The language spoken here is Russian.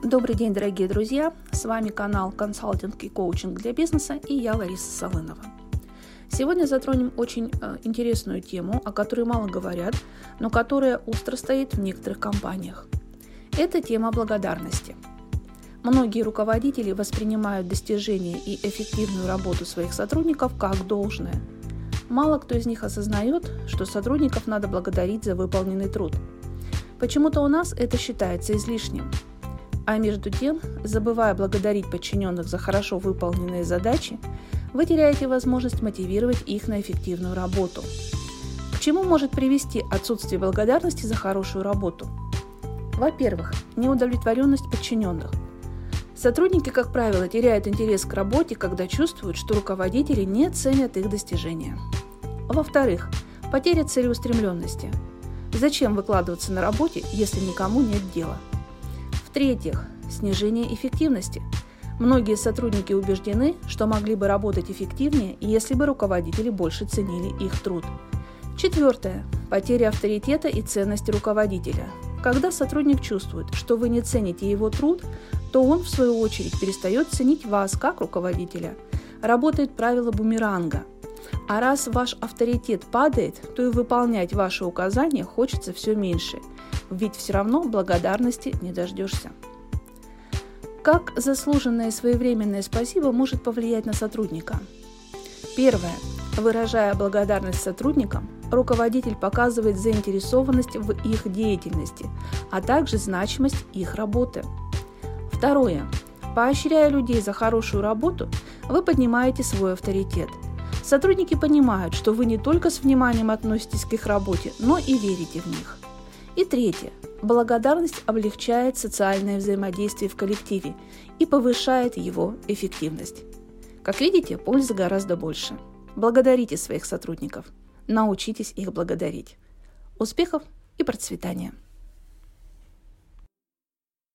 Добрый день, дорогие друзья! С вами канал «Консалтинг и коучинг для бизнеса» и я, Лариса Солынова. Сегодня затронем очень интересную тему, о которой мало говорят, но которая остро стоит в некоторых компаниях. Это тема благодарности. Многие руководители воспринимают достижения и эффективную работу своих сотрудников как должное. Мало кто из них осознает, что сотрудников надо благодарить за выполненный труд. Почему-то у нас это считается излишним. А между тем, забывая благодарить подчиненных за хорошо выполненные задачи, вы теряете возможность мотивировать их на эффективную работу. К чему может привести отсутствие благодарности за хорошую работу? Во-первых, неудовлетворенность подчиненных. Сотрудники, как правило, теряют интерес к работе, когда чувствуют, что руководители не ценят их достижения. Во-вторых, потеря целеустремленности. Зачем выкладываться на работе, если никому нет дела? В-третьих, снижение эффективности. Многие сотрудники убеждены, что могли бы работать эффективнее, если бы руководители больше ценили их труд. Четвертое. Потеря авторитета и ценности руководителя. Когда сотрудник чувствует, что вы не цените его труд, то он, в свою очередь, перестает ценить вас как руководителя. Работает правило бумеранга. А раз ваш авторитет падает, то и выполнять ваши указания хочется все меньше. Ведь все равно благодарности не дождешься. Как заслуженное своевременное спасибо может повлиять на сотрудника? Первое. Выражая благодарность сотрудникам, руководитель показывает заинтересованность в их деятельности, а также значимость их работы. Второе. Поощряя людей за хорошую работу, вы поднимаете свой авторитет. Сотрудники понимают, что вы не только с вниманием относитесь к их работе, но и верите в них. И третье. Благодарность облегчает социальное взаимодействие в коллективе и повышает его эффективность. Как видите, пользы гораздо больше. Благодарите своих сотрудников. Научитесь их благодарить. Успехов и процветания!